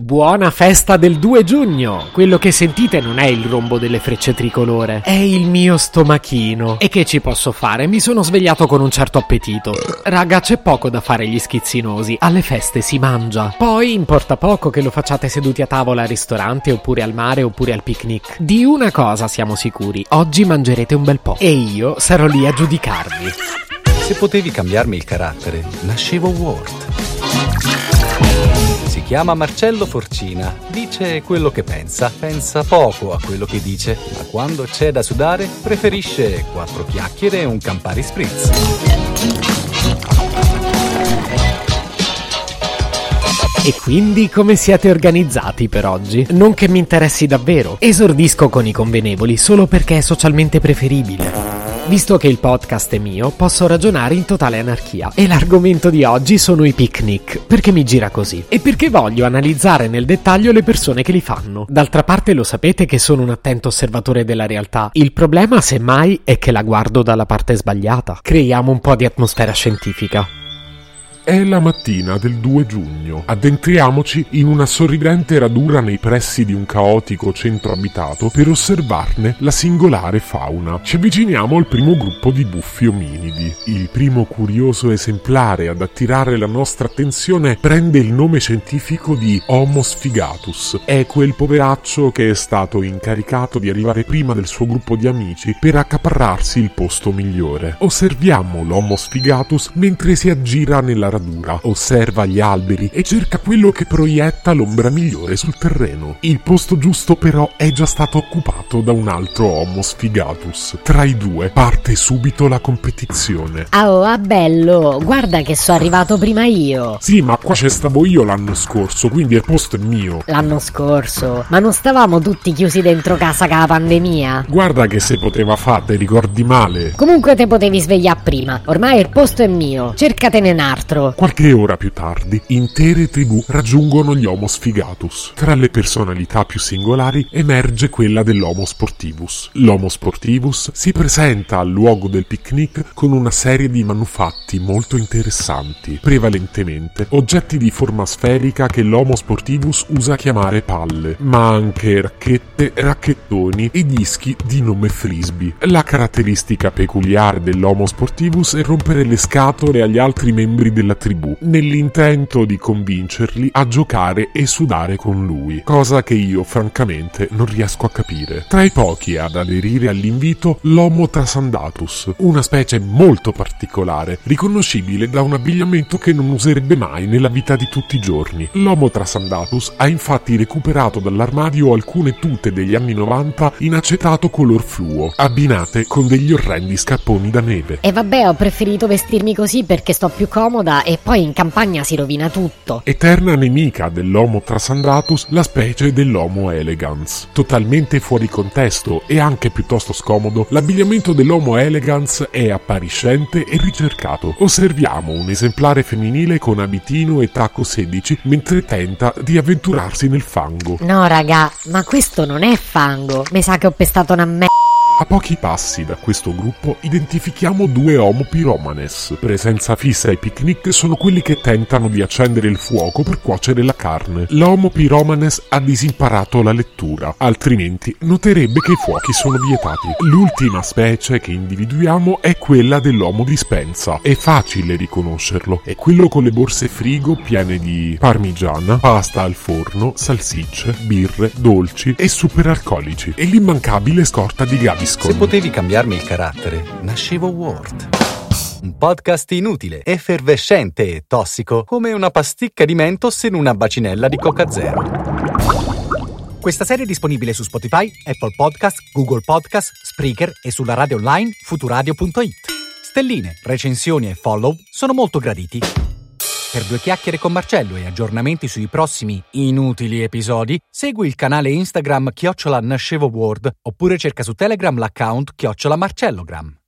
Buona festa del 2 giugno! Quello che sentite non è il rombo delle frecce tricolore, è il mio stomachino. E che ci posso fare? Mi sono svegliato con un certo appetito. Raga, c'è poco da fare gli schizzinosi, alle feste si mangia. Poi importa poco che lo facciate seduti a tavola al ristorante, oppure al mare, oppure al picnic. Di una cosa siamo sicuri, oggi mangerete un bel po'. E io sarò lì a giudicarvi. Se potevi cambiarmi il carattere, nascevo Ward. Si chiama Marcello Forcina, dice quello che pensa poco a quello che dice, ma quando c'è da sudare preferisce 4 chiacchiere e un Campari Spritz. E quindi come siete organizzati per oggi? Non che mi interessi davvero, esordisco con i convenevoli solo perché è socialmente preferibile. Visto che il podcast è mio, posso ragionare in totale anarchia. E l'argomento di oggi sono i picnic, perché mi gira così. E perché voglio analizzare nel dettaglio le persone che li fanno. D'altra parte lo sapete che sono un attento osservatore della realtà. Il problema, semmai, è che la guardo dalla parte sbagliata. Creiamo un po' di atmosfera scientifica. È la mattina del 2 giugno. Addentriamoci in una sorridente radura nei pressi di un caotico centro abitato per osservarne la singolare fauna. Ci avviciniamo al primo gruppo di buffi ominidi. Il primo curioso esemplare ad attirare la nostra attenzione prende il nome scientifico di Homo sfigatus. È quel poveraccio che è stato incaricato di arrivare prima del suo gruppo di amici per accaparrarsi il posto migliore. Osserviamo l'Homo sfigatus mentre si aggira nella radura. Osserva gli alberi e cerca quello che proietta l'ombra migliore sul terreno. Il posto giusto però è già stato occupato da un altro Homo sfigatus. Tra i due parte subito la competizione. Oh, bello, guarda che sono arrivato prima io. Sì, ma qua c'è stavo io l'anno scorso, quindi il posto è mio. L'anno scorso? Ma non stavamo tutti chiusi dentro casa con la pandemia? Guarda che se poteva fare, te ricordi male. Comunque te potevi svegliare prima. Ormai il posto è mio, cercatene un altro. Qualche ora più tardi, intere tribù raggiungono gli Homo sfigatus. Tra le personalità più singolari emerge quella dell'Homo sportivus. L'Homo sportivus si presenta al luogo del picnic con una serie di manufatti molto interessanti, prevalentemente oggetti di forma sferica che l'Homo sportivus usa a chiamare palle, ma anche racchette, racchettoni e dischi di nome frisbee. La caratteristica peculiare dell'Homo sportivus è rompere le scatole agli altri membri della tribù, nell'intento di convincerli a giocare e sudare con lui, cosa che io francamente non riesco a capire. Tra i pochi ad aderire all'invito, l'Homo trasandatus, una specie molto particolare, riconoscibile da un abbigliamento che non userebbe mai nella vita di tutti i giorni. L'Homo trasandatus ha infatti recuperato dall'armadio alcune tute degli anni 90 in acetato color fluo, abbinate con degli orrendi scarponi da neve. E vabbè, ho preferito vestirmi così perché sto più comoda e poi in campagna si rovina tutto. Eterna nemica dell'Homo trasandatus, la specie dell'Homo elegans. Totalmente fuori contesto e anche piuttosto scomodo, l'abbigliamento dell'Homo elegans è appariscente e ricercato. Osserviamo un esemplare femminile con abitino e tacco 16 mentre tenta di avventurarsi nel fango. No raga, ma questo non è fango, mi sa che ho pestato una merda. A pochi passi da questo gruppo identifichiamo 2 Homo pyromanes. Presenza fissa ai picnic sono quelli che tentano di accendere il fuoco per cuocere la carne. L'Homo pyromanes ha disimparato la lettura, altrimenti noterebbe che i fuochi sono vietati. L'ultima specie che individuiamo è quella dell'Homo dispensa. È facile riconoscerlo, è quello con le borse frigo piene di parmigiana, pasta al forno, salsicce, birre, dolci e superalcolici e l'immancabile scorta di Gaviscon. Se potevi cambiarmi il carattere, nascevo Ward. Un podcast inutile, effervescente e tossico, come una pasticca di Mentos in una bacinella di Coca Zero. Questa serie è disponibile su Spotify, Apple Podcast, Google Podcast, Spreaker e sulla radio online futuradio.it. Stelline, recensioni e follow sono molto graditi. Per 2 chiacchiere con Marcello e aggiornamenti sui prossimi inutili episodi, segui il canale Instagram @NascevoWord oppure cerca su Telegram l'account @MarcelloGram.